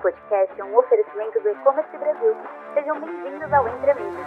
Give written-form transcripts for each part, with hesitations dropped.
podcast é um oferecimento do E-Commerce Brasil. Sejam bem-vindos ao Entre Amigos.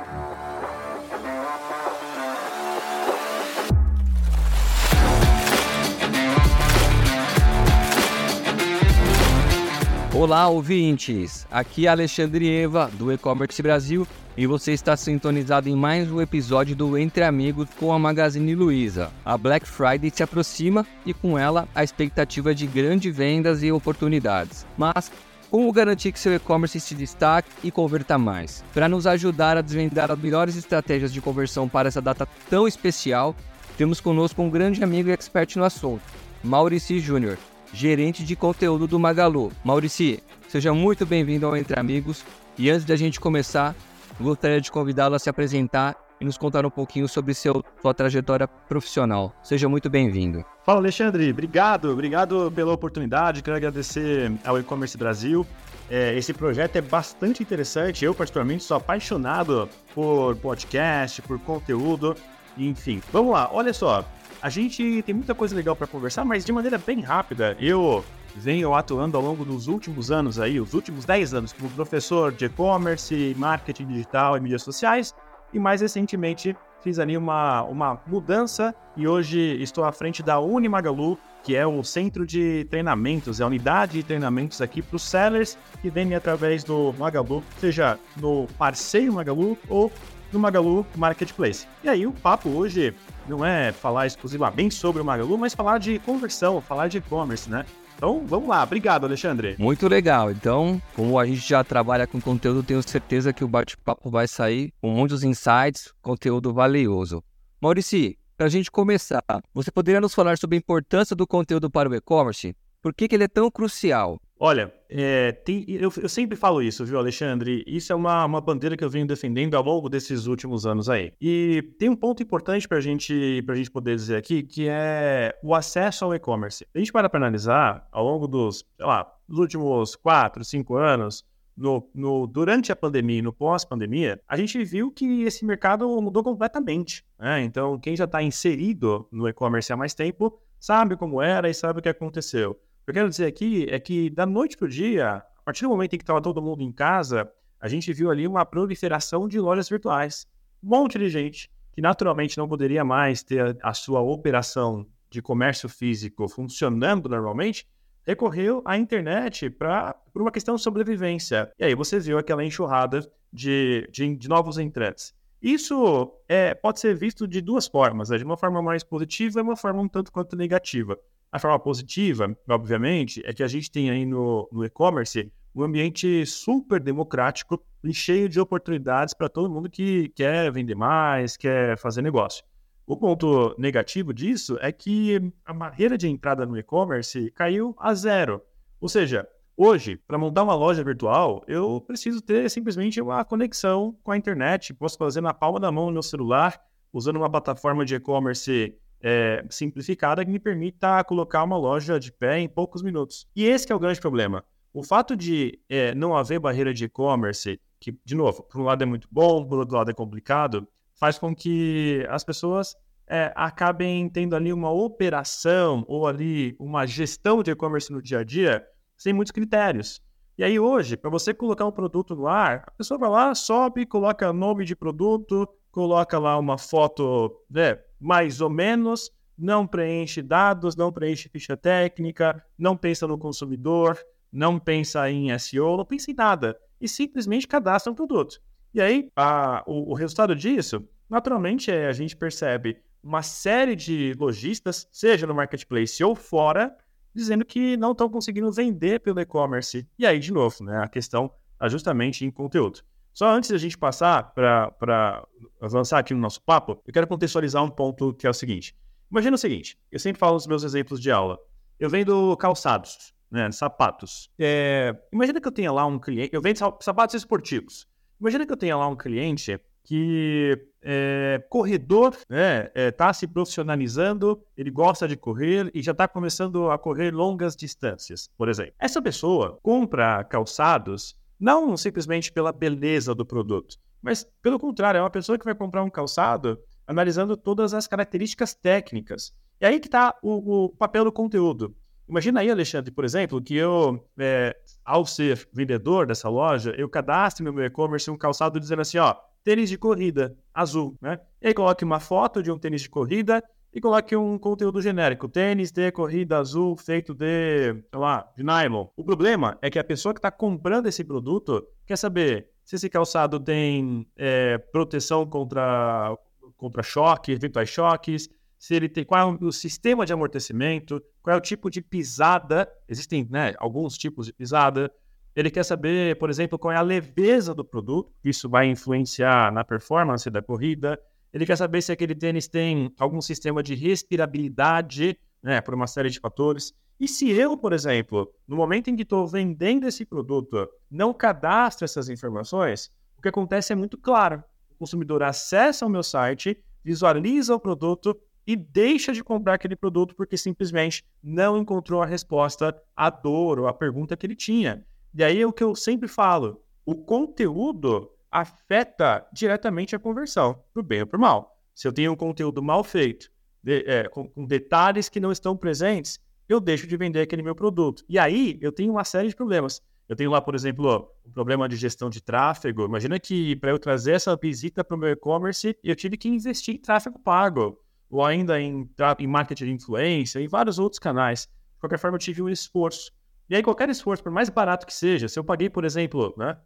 Olá, ouvintes! Aqui é Alexandre Eva, do E-Commerce Brasil, e você está sintonizado em mais um episódio do Entre Amigos com a Magazine Luiza. A Black Friday se aproxima e com ela a expectativa de grandes vendas e oportunidades. Mas como garantir que seu e-commerce se destaque e converta mais? Para nos ajudar a desvendar as melhores estratégias de conversão para essa data tão especial, temos conosco um grande amigo e expert no assunto, Maurici Júnior, gerente de conteúdo do Magalu. Maurici, seja muito bem-vindo ao Entre Amigos. E antes de a gente começar, gostaria de convidá-lo a se apresentar e nos contar um pouquinho sobre sua trajetória profissional. Seja muito bem-vindo. Fala, Alexandre. Obrigado pela oportunidade. Quero agradecer ao E-Commerce Brasil. Esse projeto é bastante interessante. Eu, particularmente, sou apaixonado por podcast, por conteúdo. Enfim, vamos lá. Olha só. A gente tem muita coisa legal para conversar, mas de maneira bem rápida. Eu venho atuando ao longo dos últimos anos aí, os últimos 10 anos, como professor de e-commerce, marketing digital e mídias sociais. E mais recentemente fiz ali uma mudança e hoje estou à frente da Unimagalu, que é o centro de treinamentos, é a unidade de treinamentos aqui para os sellers que vendem através do Magalu, seja no parceiro Magalu ou no Magalu Marketplace. E aí o papo hoje não é falar exclusivamente sobre o Magalu, mas falar de conversão, falar de e-commerce, né? Então, vamos lá. Obrigado, Alexandre. Muito legal. Então, como a gente já trabalha com conteúdo, tenho certeza que o bate-papo vai sair com muitos insights, conteúdo valioso. Maurici, para a gente começar, você poderia nos falar sobre a importância do conteúdo para o e-commerce? Por que ele é tão crucial? Olha, eu sempre falo isso, viu, Alexandre? Isso é uma bandeira que eu venho defendendo ao longo desses últimos anos aí. E tem um ponto importante pra gente poder dizer aqui, que é o acesso ao e-commerce. A gente para analisar, ao longo dos últimos 4, 5 anos, durante a pandemia e no pós-pandemia, a gente viu que esse mercado mudou completamente, né? Então, quem já está inserido no e-commerce há mais tempo sabe como era e sabe o que aconteceu. O que eu quero dizer aqui é que da noite para o dia, a partir do momento em que estava todo mundo em casa, a gente viu ali uma proliferação de lojas virtuais. Um monte de gente que naturalmente não poderia mais ter a sua operação de comércio físico funcionando normalmente, recorreu à internet por uma questão de sobrevivência. E aí você viu aquela enxurrada de novos entrantes. Isso pode ser visto de duas formas, né? De uma forma mais positiva e uma forma um tanto quanto negativa. A forma positiva, obviamente, é que a gente tem aí no e-commerce um ambiente super democrático e cheio de oportunidades para todo mundo que quer vender mais, quer fazer negócio. O ponto negativo disso é que a barreira de entrada no e-commerce caiu a zero. Ou seja, hoje, para montar uma loja virtual, eu preciso ter simplesmente uma conexão com a internet. Posso fazer na palma da mão no meu celular, usando uma plataforma de e-commerce simplificada que me permita colocar uma loja de pé em poucos minutos. E esse que é o grande problema. O fato de não haver barreira de e-commerce, que, de novo, por um lado é muito bom, por outro lado é complicado, faz com que as pessoas acabem tendo ali uma operação ou ali uma gestão de e-commerce no dia a dia sem muitos critérios. E aí hoje, para você colocar um produto no ar, a pessoa vai lá, sobe, coloca nome de produto, coloca lá uma foto, mais ou menos, não preenche dados, não preenche ficha técnica, não pensa no consumidor, não pensa em SEO, não pensa em nada. E simplesmente cadastra um produto. E aí, o resultado disso, naturalmente, a gente percebe uma série de lojistas, seja no marketplace ou fora, dizendo que não estão conseguindo vender pelo e-commerce. E aí, de novo, né, a questão está justamente em conteúdo. Só antes da gente passar para avançar aqui no nosso papo, eu quero contextualizar um ponto que é o seguinte. Imagina o seguinte, eu sempre falo nos meus exemplos de aula. Eu vendo calçados, né, sapatos. Imagina que eu tenha lá um cliente, eu vendo sapatos esportivos. Imagina que eu tenha lá um cliente que corredor, né, está se profissionalizando, ele gosta de correr e já está começando a correr longas distâncias, por exemplo. Essa pessoa compra calçados não simplesmente pela beleza do produto, mas pelo contrário, é uma pessoa que vai comprar um calçado analisando todas as características técnicas. E aí que está o papel do conteúdo. Imagina aí, Alexandre, por exemplo, que eu, ao ser vendedor dessa loja, eu cadastro no meu e-commerce um calçado dizendo assim, ó, tênis de corrida azul, né? E aí coloque uma foto de um tênis de corrida e coloque um conteúdo genérico, tênis de corrida azul feito de, sei lá, de nylon. O problema é que a pessoa que está comprando esse produto quer saber se esse calçado tem proteção contra choques, eventuais choques, se ele tem, qual é o sistema de amortecimento, qual é o tipo de pisada, existem, né, alguns tipos de pisada. Ele quer saber, por exemplo, qual é a leveza do produto, isso vai influenciar na performance da corrida. Ele quer saber se aquele tênis tem algum sistema de respirabilidade, né, por uma série de fatores. E se eu, por exemplo, no momento em que estou vendendo esse produto, não cadastro essas informações, o que acontece é muito claro. O consumidor acessa o meu site, visualiza o produto e deixa de comprar aquele produto porque simplesmente não encontrou a resposta à dor ou à pergunta que ele tinha. E aí é o que eu sempre falo, o conteúdo afeta diretamente a conversão, pro bem ou pro mal. Se eu tenho um conteúdo mal feito, com detalhes que não estão presentes, eu deixo de vender aquele meu produto. E aí eu tenho uma série de problemas. Eu tenho lá, por exemplo, um problema de gestão de tráfego. Imagina que para eu trazer essa visita para o meu e-commerce, eu tive que investir em tráfego pago, ou ainda em marketing de influência, em vários outros canais. De qualquer forma, eu tive um esforço. E aí, qualquer esforço, por mais barato que seja, se eu paguei, por exemplo, né,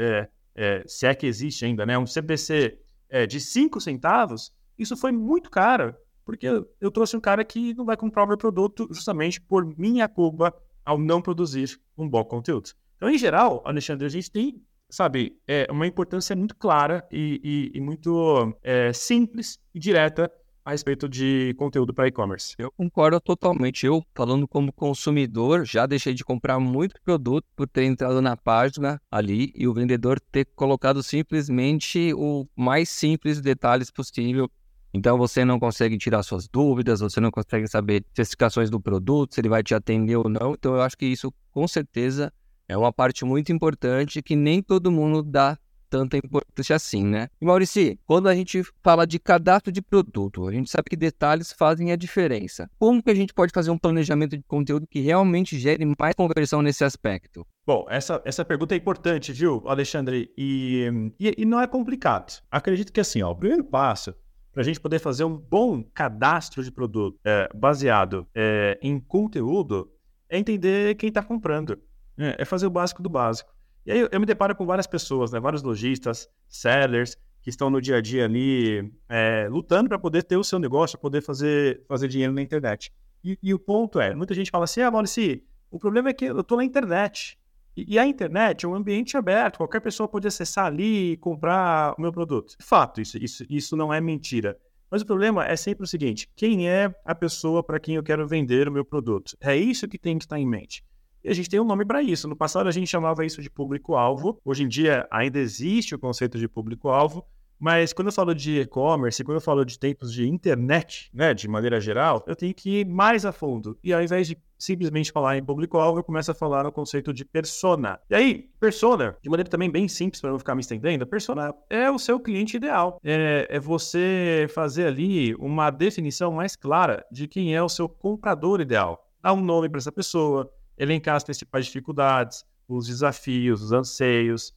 se é que existe ainda, né, um CPC de 5 centavos, isso foi muito caro, porque eu trouxe um cara que não vai comprar o meu produto justamente por minha culpa ao não produzir um bom conteúdo. Então, em geral, Alexandre, a gente tem, sabe, uma importância muito clara e muito simples e direta a respeito de conteúdo para e-commerce. Eu concordo totalmente. Eu, falando como consumidor, já deixei de comprar muito produto por ter entrado na página ali e o vendedor ter colocado simplesmente o mais simples detalhes possível. Então, você não consegue tirar suas dúvidas, você não consegue saber especificações do produto, se ele vai te atender ou não. Então, eu acho que isso, com certeza, é uma parte muito importante que nem todo mundo dá tanta importância assim, né? E Maurício, quando a gente fala de cadastro de produto, a gente sabe que detalhes fazem a diferença. Como que a gente pode fazer um planejamento de conteúdo que realmente gere mais conversão nesse aspecto? Bom, essa pergunta é importante, viu, Alexandre? E não é complicado. Acredito que assim, ó, o primeiro passo para a gente poder fazer um bom cadastro de produto baseado em conteúdo é entender quem está comprando. É fazer o básico do básico. E aí eu me deparo com várias pessoas, né, vários lojistas, sellers, que estão no dia a dia ali lutando para poder ter o seu negócio, poder fazer dinheiro na internet. E o ponto é, muita gente fala assim, Maurício, o problema é que eu estou na internet. E a internet é um ambiente aberto, qualquer pessoa pode acessar ali e comprar o meu produto. De fato, isso não é mentira. Mas o problema é sempre o seguinte, quem é a pessoa para quem eu quero vender o meu produto? É isso que tem que estar em mente. E a gente tem um nome para isso. No passado a gente chamava isso de público-alvo. Hoje em dia ainda existe o conceito de público-alvo. Mas quando eu falo de e-commerce, quando eu falo de tempos de internet, né, de maneira geral, eu tenho que ir mais a fundo. E ao invés de simplesmente falar em público-alvo, eu começo a falar no conceito de persona. E aí, persona, de maneira também bem simples, para não ficar me estendendo, persona é o seu cliente ideal. É você fazer ali uma definição mais clara de quem é o seu comprador ideal. Dá um nome para essa pessoa, elencar as principais dificuldades, os desafios, os anseios,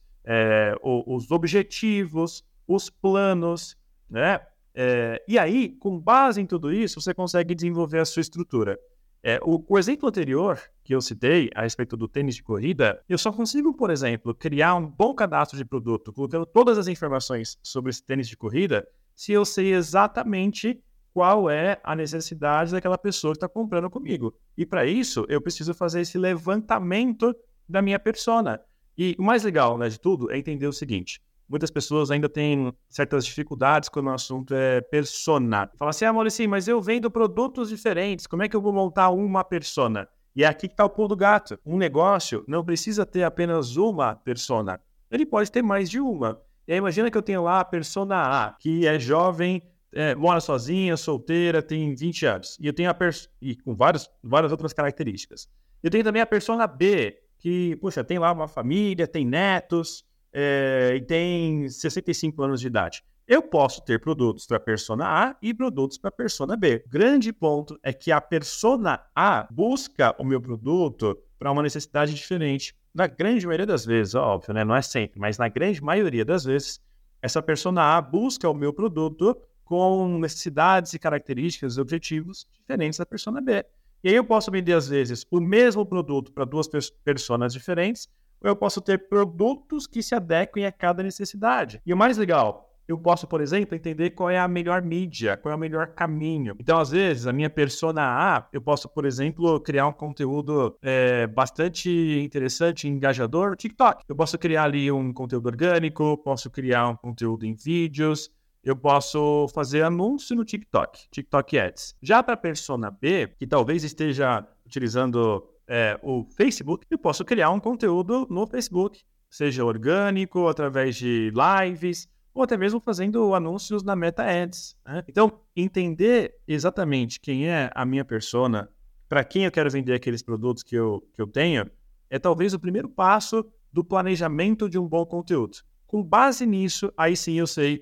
os objetivos, os planos, né? E aí, com base em tudo isso, você consegue desenvolver a sua estrutura. O exemplo anterior que eu citei a respeito do tênis de corrida, eu só consigo, por exemplo, criar um bom cadastro de produto, colocando todas as informações sobre esse tênis de corrida, se eu sei exatamente qual é a necessidade daquela pessoa que está comprando comigo. E para isso, eu preciso fazer esse levantamento da minha persona. E o mais legal, né, de tudo é entender o seguinte. Muitas pessoas ainda têm certas dificuldades quando o assunto é persona. Fala assim, Maurício, mas eu vendo produtos diferentes, como é que eu vou montar uma persona? E é aqui que está o pulo do gato. Um negócio não precisa ter apenas uma persona. Ele pode ter mais de uma. E aí imagina que eu tenho lá a persona A, que é jovem, mora sozinha, solteira, tem 20 anos. E eu tenho e com várias outras características. Eu tenho também a persona B, que, puxa, tem lá uma família, tem netos, e tem 65 anos de idade. Eu posso ter produtos para persona A e produtos para persona B. O grande ponto é que a persona A busca o meu produto para uma necessidade diferente. Na grande maioria das vezes, óbvio, né? Não é sempre, mas na grande maioria das vezes, essa persona A busca o meu produto com necessidades e características e objetivos diferentes da persona B. E aí eu posso vender, às vezes, o mesmo produto para duas personas diferentes, ou eu posso ter produtos que se adequem a cada necessidade. E o mais legal, eu posso, por exemplo, entender qual é a melhor mídia, qual é o melhor caminho. Então, às vezes, a minha persona A, eu posso, por exemplo, criar um conteúdo bastante interessante e engajador no TikTok. Eu posso criar ali um conteúdo orgânico, posso criar um conteúdo em vídeos, eu posso fazer anúncio no TikTok Ads. Já para a persona B, que talvez esteja utilizando o Facebook, eu posso criar um conteúdo no Facebook, seja orgânico, através de lives, ou até mesmo fazendo anúncios na Meta Ads, né? Então, entender exatamente quem é a minha persona, para quem eu quero vender aqueles produtos que eu tenho, é talvez o primeiro passo do planejamento de um bom conteúdo. Com base nisso, aí sim eu sei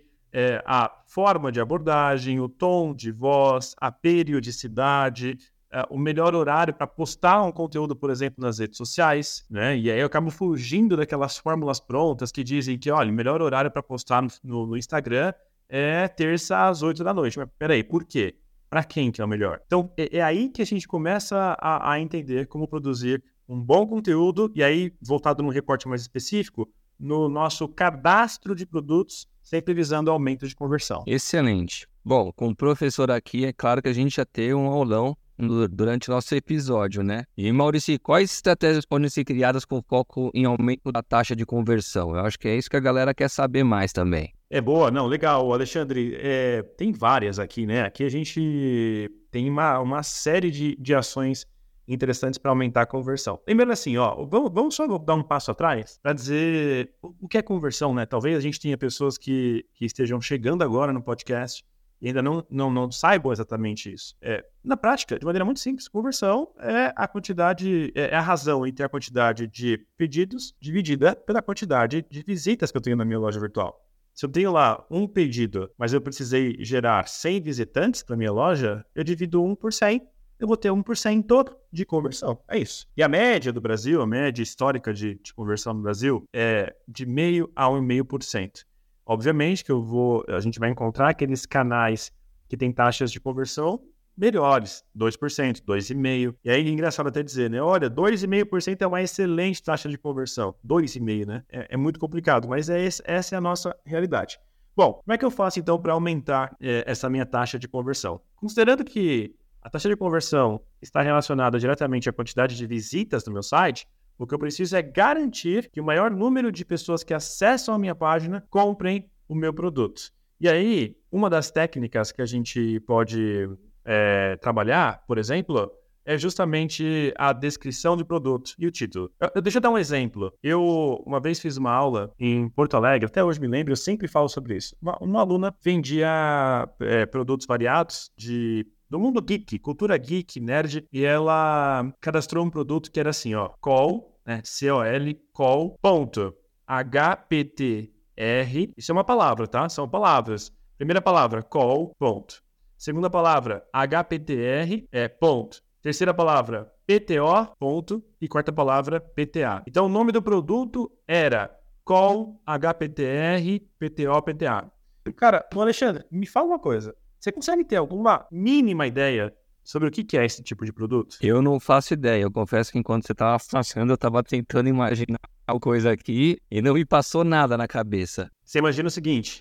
a forma de abordagem, o tom de voz, a periodicidade, o melhor horário para postar um conteúdo, por exemplo, nas redes sociais, né? E aí eu acabo fugindo daquelas fórmulas prontas que dizem que, olha, o melhor horário para postar no Instagram é terça às 8 da noite. Mas peraí, por quê? Para quem que é o melhor? Então, é aí que a gente começa a entender como produzir um bom conteúdo, e aí, voltado num recorte mais específico, no nosso cadastro de produtos, sempre visando aumento de conversão. Excelente. Bom, com o professor aqui, é claro que a gente já tem um aulão durante o nosso episódio, né? E, Maurício, quais estratégias podem ser criadas com foco em aumento da taxa de conversão? Eu acho que é isso que a galera quer saber mais também. É boa, não, legal, Alexandre, tem várias aqui, né? Aqui a gente tem uma série de ações interessantes para aumentar a conversão. Lembrando assim, vamos só dar um passo atrás para dizer o que é conversão, né? Talvez a gente tenha pessoas que estejam chegando agora no podcast e ainda não saibam exatamente isso. Na prática, de maneira muito simples, conversão é a quantidade, é a razão entre a quantidade de pedidos dividida pela quantidade de visitas que eu tenho na minha loja virtual. Se eu tenho lá um pedido, mas eu precisei gerar 100 visitantes para minha loja, eu divido 1 por 100, eu vou ter 1% todo de conversão. É isso. E a média do Brasil, a média histórica de conversão no Brasil é de 0,5% a 1,5%. Obviamente que a gente vai encontrar aqueles canais que têm taxas de conversão melhores, 2%, 2,5%. E aí é engraçado até dizer, né? Olha, 2,5% é uma excelente taxa de conversão. 2,5%, né? É muito complicado, mas essa é a nossa realidade. Bom, como é que eu faço então para aumentar essa minha taxa de conversão? Considerando que a taxa de conversão está relacionada diretamente à quantidade de visitas no meu site, o que eu preciso é garantir que o maior número de pessoas que acessam a minha página comprem o meu produto. E aí, uma das técnicas que a gente pode trabalhar, por exemplo, é justamente a descrição do produto e o título. Deixa eu dar um exemplo. Eu uma vez fiz uma aula em Porto Alegre, até hoje me lembro, eu sempre falo sobre isso. Uma aluna vendia produtos variados do mundo geek, cultura geek, nerd, e ela cadastrou um produto que era assim, call, né, C-O-L, call, ponto, H-P-T-R, isso é uma palavra, tá? São palavras. Primeira palavra, call, ponto. Segunda palavra, H-P-T-R, ponto. Terceira palavra, PTO, ponto. E quarta palavra, PTA. Então, o nome do produto era call, H-P-T-R, PTO, PTA. Cara, Alexandre, me fala uma coisa. Você consegue ter alguma mínima ideia sobre o que é esse tipo de produto? Eu não faço ideia. Eu confesso que enquanto você estava fazendo, eu estava tentando imaginar alguma coisa aqui e não me passou nada na cabeça. Você imagina o seguinte,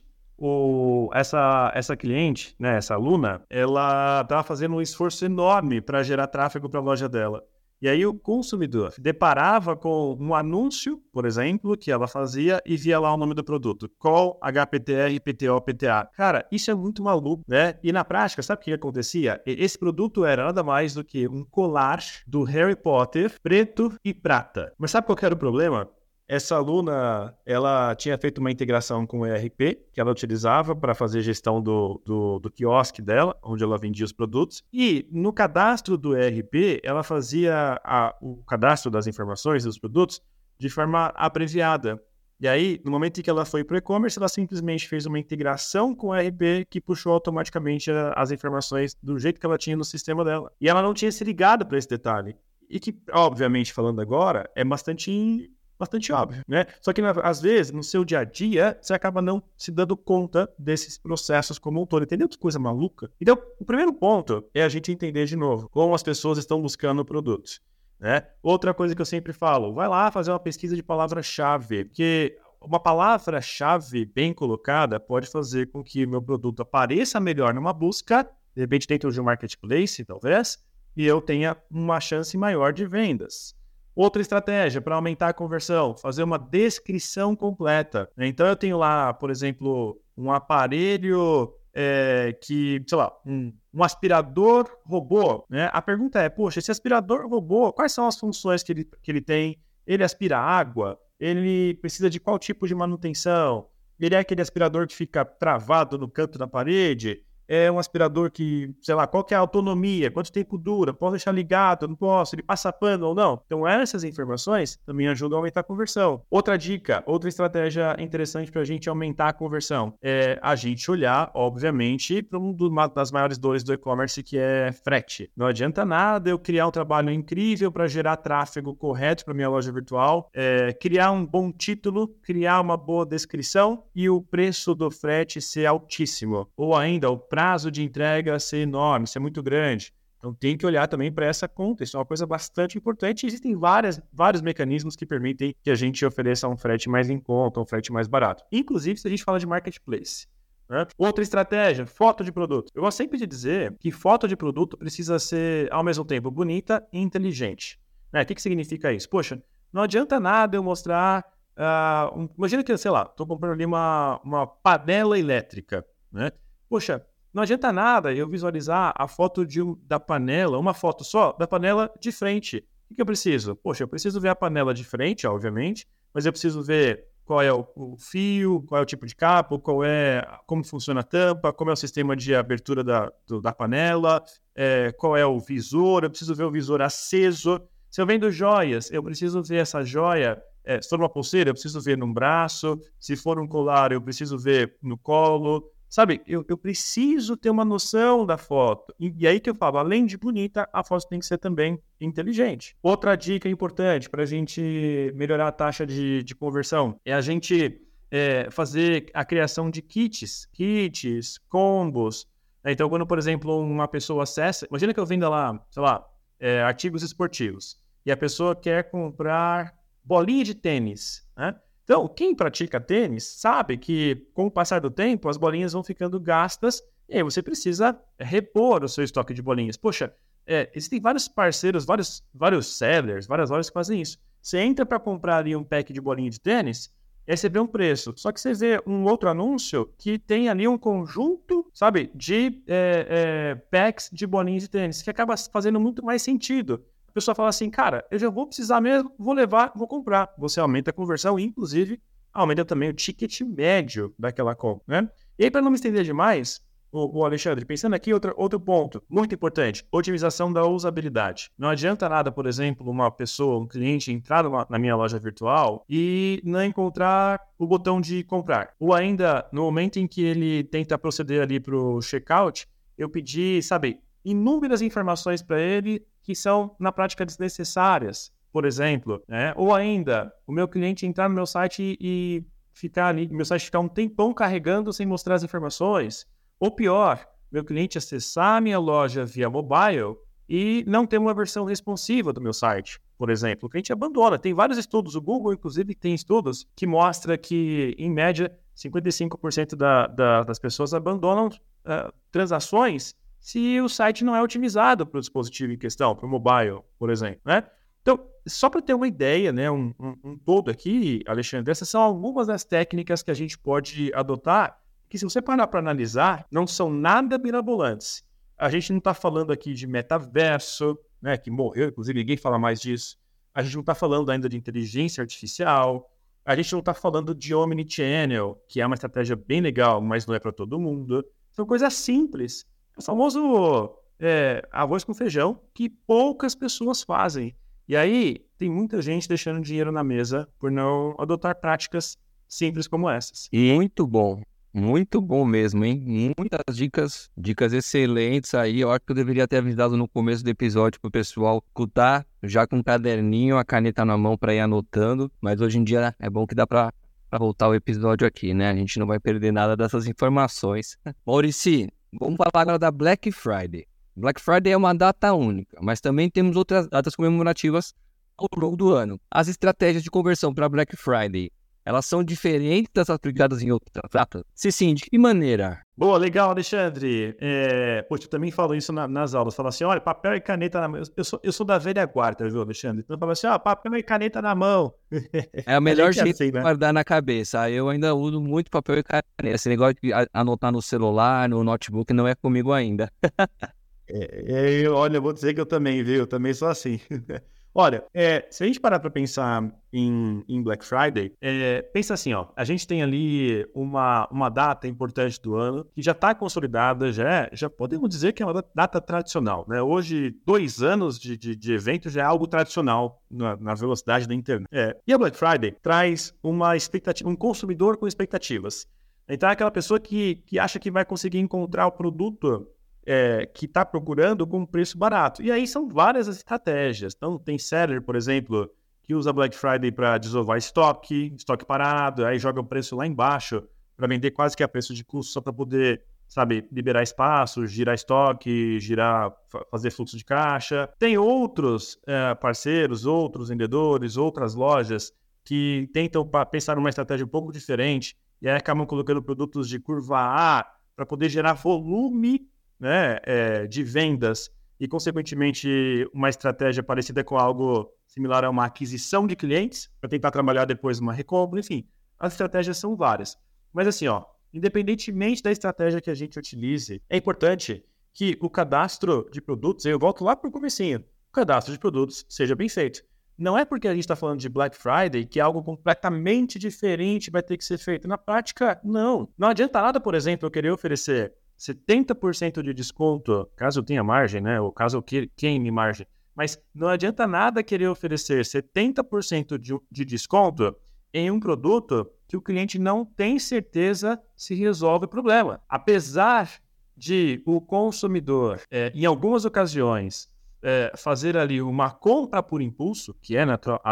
essa cliente, né, essa aluna, ela estava fazendo um esforço enorme para gerar tráfego para a loja dela. E aí o consumidor deparava com um anúncio, por exemplo, que ela fazia e via lá o nome do produto. Call, HPTR, PTO, PTA. Cara, isso é muito maluco, né? E na prática, sabe o que acontecia? Esse produto era nada mais do que um colar do Harry Potter, preto e prata. Mas sabe qual que era o problema? Essa aluna, ela tinha feito uma integração com o ERP, que ela utilizava para fazer gestão do quiosque dela, onde ela vendia os produtos. E no cadastro do ERP, ela fazia o cadastro das informações dos produtos de forma abreviada. E aí, no momento em que ela foi para o e-commerce, ela simplesmente fez uma integração com o ERP que puxou automaticamente as informações do jeito que ela tinha no sistema dela. E ela não tinha se ligado para esse detalhe. E que, obviamente, falando agora, é bastante óbvio, né? Só que, às vezes, no seu dia a dia, você acaba não se dando conta desses processos como um todo. Entendeu que coisa maluca? Então, o primeiro ponto é a gente entender de novo como as pessoas estão buscando produtos. Né? Outra coisa que eu sempre falo, vai lá fazer uma pesquisa de palavra-chave, porque uma palavra-chave bem colocada pode fazer com que o meu produto apareça melhor numa busca, de repente dentro de um marketplace, talvez, e eu tenha uma chance maior de vendas. Outra estratégia para aumentar a conversão, fazer uma descrição completa. Então eu tenho lá, por exemplo, um aparelho que, sei lá, um aspirador robô, né? A pergunta é, poxa, esse aspirador robô, quais são as funções que ele tem? Ele aspira água? Ele precisa de qual tipo de manutenção? Ele é aquele aspirador que fica travado no canto da parede? É um aspirador que, sei lá, qual que é a autonomia? Quanto tempo dura? Posso deixar ligado? Não posso? Ele passa pano ou não? Então, essas informações também ajudam a aumentar a conversão. Outra dica, outra estratégia interessante para a gente aumentar a conversão é a gente olhar, obviamente, para uma das maiores dores do e-commerce, que é frete. Não adianta nada eu criar um trabalho incrível para gerar tráfego correto para minha loja virtual, criar um bom título, criar uma boa descrição e o preço do frete ser altíssimo. Ou ainda, o prazo de entrega ser enorme, ser muito grande. Então tem que olhar também para essa conta. Isso é uma coisa bastante importante. Existem vários mecanismos que permitem que a gente ofereça um frete mais em conta, um frete mais barato. Inclusive, se a gente fala de marketplace. Né? Outra estratégia, foto de produto. Eu gosto sempre de dizer que foto de produto precisa ser, ao mesmo tempo, bonita e inteligente. Né? O que significa isso? Poxa, não adianta nada eu mostrar... imagina que, sei lá, estou comprando ali uma panela elétrica. Né? Poxa, não adianta nada eu visualizar a foto da panela, uma foto só da panela de frente. O que eu preciso? Poxa, eu preciso ver a panela de frente, obviamente, mas eu preciso ver qual é o fio, qual é o tipo de cabo, como funciona a tampa, como é o sistema de abertura da panela, qual é o visor, eu preciso ver o visor aceso. Se eu vendo joias, eu preciso ver essa joia. Se for uma pulseira, eu preciso ver no braço. Se for um colar, eu preciso ver no colo. Sabe, eu preciso ter uma noção da foto. E aí que eu falo, além de bonita, a foto tem que ser também inteligente. Outra dica importante para a gente melhorar a taxa de conversão é a gente fazer a criação de kits, combos. Então, quando, por exemplo, uma pessoa acessa... Imagina que eu venda lá, sei lá, artigos esportivos. E a pessoa quer comprar bolinha de tênis, né? Então, quem pratica tênis sabe que, com o passar do tempo, as bolinhas vão ficando gastas e aí você precisa repor o seu estoque de bolinhas. Poxa, existem vários parceiros, vários sellers, várias lojas que fazem isso. Você entra para comprar ali um pack de bolinha de tênis, e aí você vê um preço. Só que você vê um outro anúncio que tem ali um conjunto, sabe, de packs de bolinhas de tênis, que acaba fazendo muito mais sentido. A pessoa fala assim, cara, eu já vou precisar mesmo, vou levar, vou comprar. Você aumenta a conversão e, inclusive, aumenta também o ticket médio daquela compra, né? E aí, para não me estender demais, o Alexandre, pensando aqui, outro ponto muito importante, otimização da usabilidade. Não adianta nada, por exemplo, um cliente entrar na minha loja virtual e não encontrar o botão de comprar. Ou ainda, no momento em que ele tenta proceder ali para o checkout, eu pedi, sabe, inúmeras informações para ele que são, na prática, desnecessárias, por exemplo, né? Ou ainda, o meu cliente entrar no meu site e ficar um tempão carregando sem mostrar as informações. Ou pior, meu cliente acessar a minha loja via mobile e não ter uma versão responsiva do meu site, por exemplo. O cliente abandona. Tem vários estudos, o Google, inclusive, tem estudos que mostram que, em média, 55% das pessoas abandonam transações se o site não é otimizado para o dispositivo em questão, para o mobile, por exemplo, né? Então, só para ter uma ideia, né, um todo aqui, Alexandre, essas são algumas das técnicas que a gente pode adotar, que se você parar para analisar, não são nada mirabolantes. A gente não está falando aqui de metaverso, né, que morreu, inclusive ninguém fala mais disso. A gente não está falando ainda de inteligência artificial. A gente não está falando de omnichannel, que é uma estratégia bem legal, mas não é para todo mundo. São coisas simples. O famoso arroz com feijão que poucas pessoas fazem. E aí, tem muita gente deixando dinheiro na mesa por não adotar práticas simples como essas. Muito bom mesmo, hein? Muitas dicas excelentes aí. Eu acho que eu deveria ter avisado no começo do episódio pro pessoal escutar já com um caderninho, a caneta na mão para ir anotando. Mas hoje em dia é bom que dá para voltar o episódio aqui, né? A gente não vai perder nada dessas informações. Maurício, vamos falar agora da Black Friday. Black Friday é uma data única, mas também temos outras datas comemorativas ao longo do ano. As estratégias de conversão para Black Friday, elas são diferentes das aplicadas em outras datas? Se sim, de que maneira? Boa, legal, Alexandre. Poxa, eu também falo isso nas aulas. Falo assim, olha, papel e caneta na mão. Eu sou da velha guarda, viu, Alexandre? Então eu falo assim, papel e caneta na mão. É o melhor jeito assim, de né? guardar na cabeça. Eu ainda uso muito papel e caneta. Esse negócio de anotar no celular, no notebook, não é comigo ainda. Olha, eu vou dizer que eu também, viu? Eu também sou assim. Olha, se a gente parar para pensar em Black Friday, pensa assim, ó, a gente tem ali uma data importante do ano que já está consolidada, já podemos dizer que é uma data tradicional, né? Hoje, 2 anos de evento já é algo tradicional na velocidade da internet. E a Black Friday traz uma expectativa, um consumidor com expectativas. Então, é aquela pessoa que acha que vai conseguir encontrar o produto que está procurando com um preço barato. E aí são várias as estratégias. Então, tem seller, por exemplo, que usa Black Friday para desovar estoque parado, aí joga o preço lá embaixo para vender quase que a preço de custo só para poder, sabe, liberar espaço, girar estoque, fazer fluxo de caixa. Tem outros parceiros, outros vendedores, outras lojas que tentam pensar numa estratégia um pouco diferente e aí acabam colocando produtos de curva A para poder gerar volume, né, de vendas e, consequentemente, uma estratégia parecida com algo similar a uma aquisição de clientes para tentar trabalhar depois uma recompra. Enfim, as estratégias são várias. Mas assim, independentemente da estratégia que a gente utilize, é importante que o cadastro de produtos, eu volto lá para o comecinho, o cadastro de produtos seja bem feito. Não é porque a gente está falando de Black Friday que algo completamente diferente vai ter que ser feito. Na prática, não. Não adianta nada, por exemplo, eu querer oferecer 70% de desconto, caso eu tenha margem, né? Ou caso eu queime margem. Mas não adianta nada querer oferecer 70% de desconto em um produto que o cliente não tem certeza se resolve o problema. Apesar de o consumidor, em algumas ocasiões, fazer ali uma compra por impulso, que é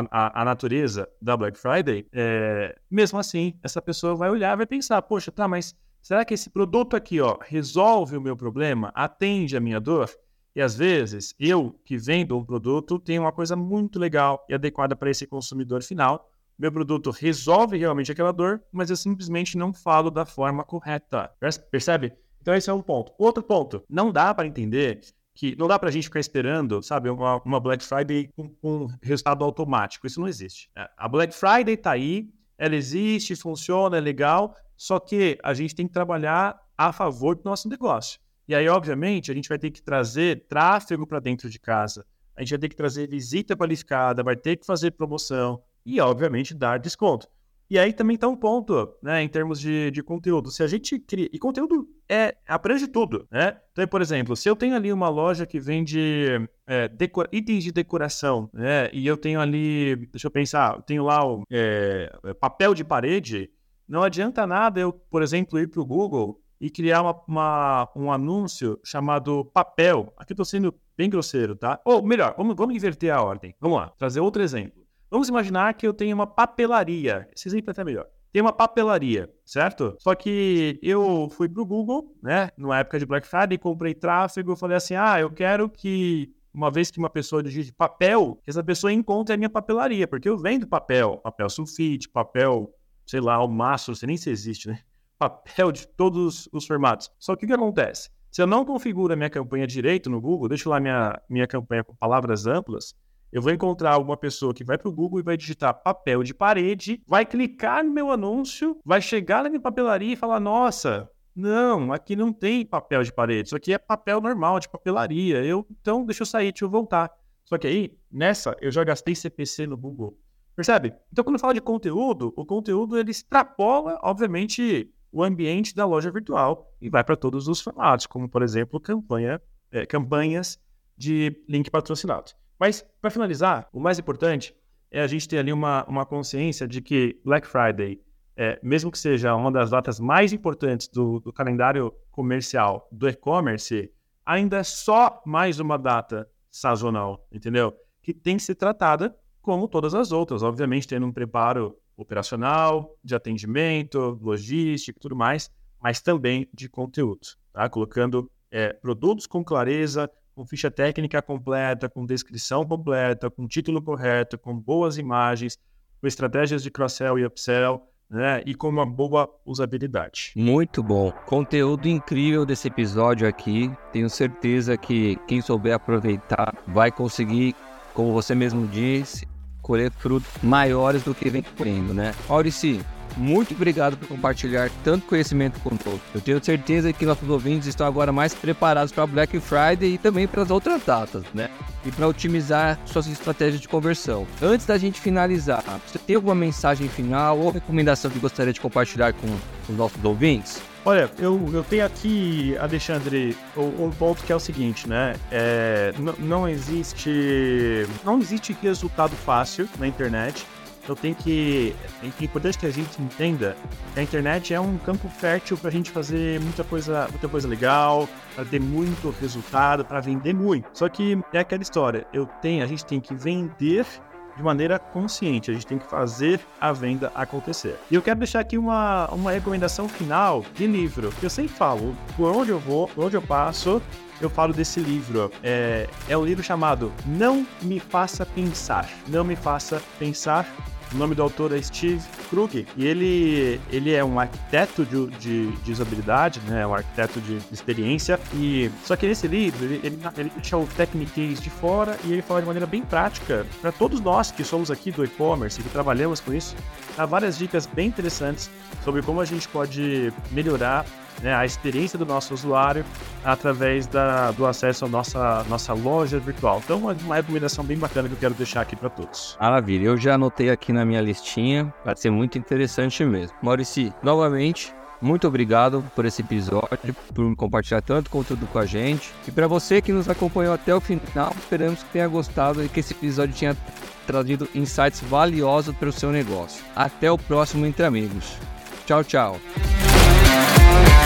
a natureza da Black Friday, mesmo assim, essa pessoa vai olhar e vai pensar, poxa, tá, mas será que esse produto aqui, resolve o meu problema? Atende a minha dor? E às vezes, eu que vendo um produto, tenho uma coisa muito legal e adequada para esse consumidor final. Meu produto resolve realmente aquela dor, mas eu simplesmente não falo da forma correta. Percebe? Então esse é um ponto. Outro ponto, não dá para entender que não dá para a gente ficar esperando, sabe, uma Black Friday com resultado automático. Isso não existe. A Black Friday está aí, ela existe, funciona, é legal, só que a gente tem que trabalhar a favor do nosso negócio. E aí, obviamente, a gente vai ter que trazer tráfego para dentro de casa, a gente vai ter que trazer visita qualificada, vai ter que fazer promoção e, obviamente, dar desconto. E aí também está um ponto, né, em termos de conteúdo. Se a gente cria... E conteúdo abrange tudo, né? Então, por exemplo, se eu tenho ali uma loja que vende itens de decoração, né, e eu tenho ali, deixa eu pensar, eu tenho lá o papel de parede, não adianta nada eu, por exemplo, ir para o Google e criar um anúncio chamado papel. Aqui eu estou sendo bem grosseiro, tá? Ou melhor, vamos inverter a ordem. Vamos lá, trazer outro exemplo. Vamos imaginar que eu tenho uma papelaria. Esse exemplo é até melhor. Tem uma papelaria, certo? Só que eu fui para o Google, né, numa época de Black Friday, comprei tráfego, falei assim, eu quero que, uma vez que uma pessoa digite papel, que essa pessoa encontre a minha papelaria, porque eu vendo papel sulfite, papel, sei lá, ao máximo, não sei nem se existe, né? Papel de todos os formatos. Só que o que acontece? Se eu não configuro a minha campanha direito no Google, deixo lá minha campanha com palavras amplas, eu vou encontrar alguma pessoa que vai para o Google e vai digitar papel de parede, vai clicar no meu anúncio, vai chegar na minha papelaria e falar, nossa, não, aqui não tem papel de parede, isso aqui é papel normal de papelaria, então deixa eu sair, deixa eu voltar. Só que aí, nessa, eu já gastei CPC no Google. Percebe? Então, quando eu falo de conteúdo, o conteúdo ele extrapola, obviamente, o ambiente da loja virtual e vai para todos os formatos, como, por exemplo, campanhas de link patrocinado. Mas, para finalizar, o mais importante é a gente ter ali uma consciência de que Black Friday mesmo que seja uma das datas mais importantes do calendário comercial do e-commerce, ainda é só mais uma data sazonal, entendeu? Que tem que ser tratada como todas as outras, obviamente tendo um preparo operacional, de atendimento, logístico e tudo mais, mas também de conteúdo, tá? Colocando produtos com clareza, com ficha técnica completa, com descrição completa, com título correto, com boas imagens, com estratégias de cross-sell e upsell, né? E com uma boa usabilidade. Muito bom. Conteúdo incrível desse episódio aqui. Tenho certeza que quem souber aproveitar vai conseguir, como você mesmo disse, colher frutos maiores do que vem colhendo, né? Maurici, muito obrigado por compartilhar tanto conhecimento conosco. Eu tenho certeza que nossos ouvintes estão agora mais preparados para Black Friday e também para as outras datas, né? E para otimizar suas estratégias de conversão. Antes da gente finalizar, você tem alguma mensagem final ou recomendação que gostaria de compartilhar com os nossos ouvintes? Olha, eu tenho aqui, Alexandre, um ponto que é o seguinte, né? Não existe resultado fácil na internet. Então é importante que a gente entenda que a internet é um campo fértil para a gente fazer muita coisa legal, para ter muito resultado, para vender muito. Só que é aquela história, a gente tem que vender de maneira consciente, a gente tem que fazer a venda acontecer. E eu quero deixar aqui uma recomendação final de livro, que eu sempre falo, por onde eu vou, por onde eu passo, eu falo desse livro. É um livro chamado Não Me Faça Pensar. Não Me Faça Pensar. O nome do autor é Steve Krug, e ele é um arquiteto de usabilidade, né? Um arquiteto de experiência, só que nesse livro ele deixa o techniquez de fora e ele fala de maneira bem prática para todos nós que somos aqui do e-commerce, que trabalhamos com isso, dá várias dicas bem interessantes sobre como a gente pode melhorar, né, a experiência do nosso usuário através do acesso à nossa loja virtual. Então, uma recomendação bem bacana que eu quero deixar aqui para todos. Maravilha, eu já anotei aqui na minha listinha, vai ser muito interessante mesmo. Maurici, novamente, muito obrigado por esse episódio, por compartilhar tanto conteúdo com a gente. E para você que nos acompanhou até o final, esperamos que tenha gostado e que esse episódio tenha trazido insights valiosos para o seu negócio. Até o próximo Entre Amigos. Tchau, tchau.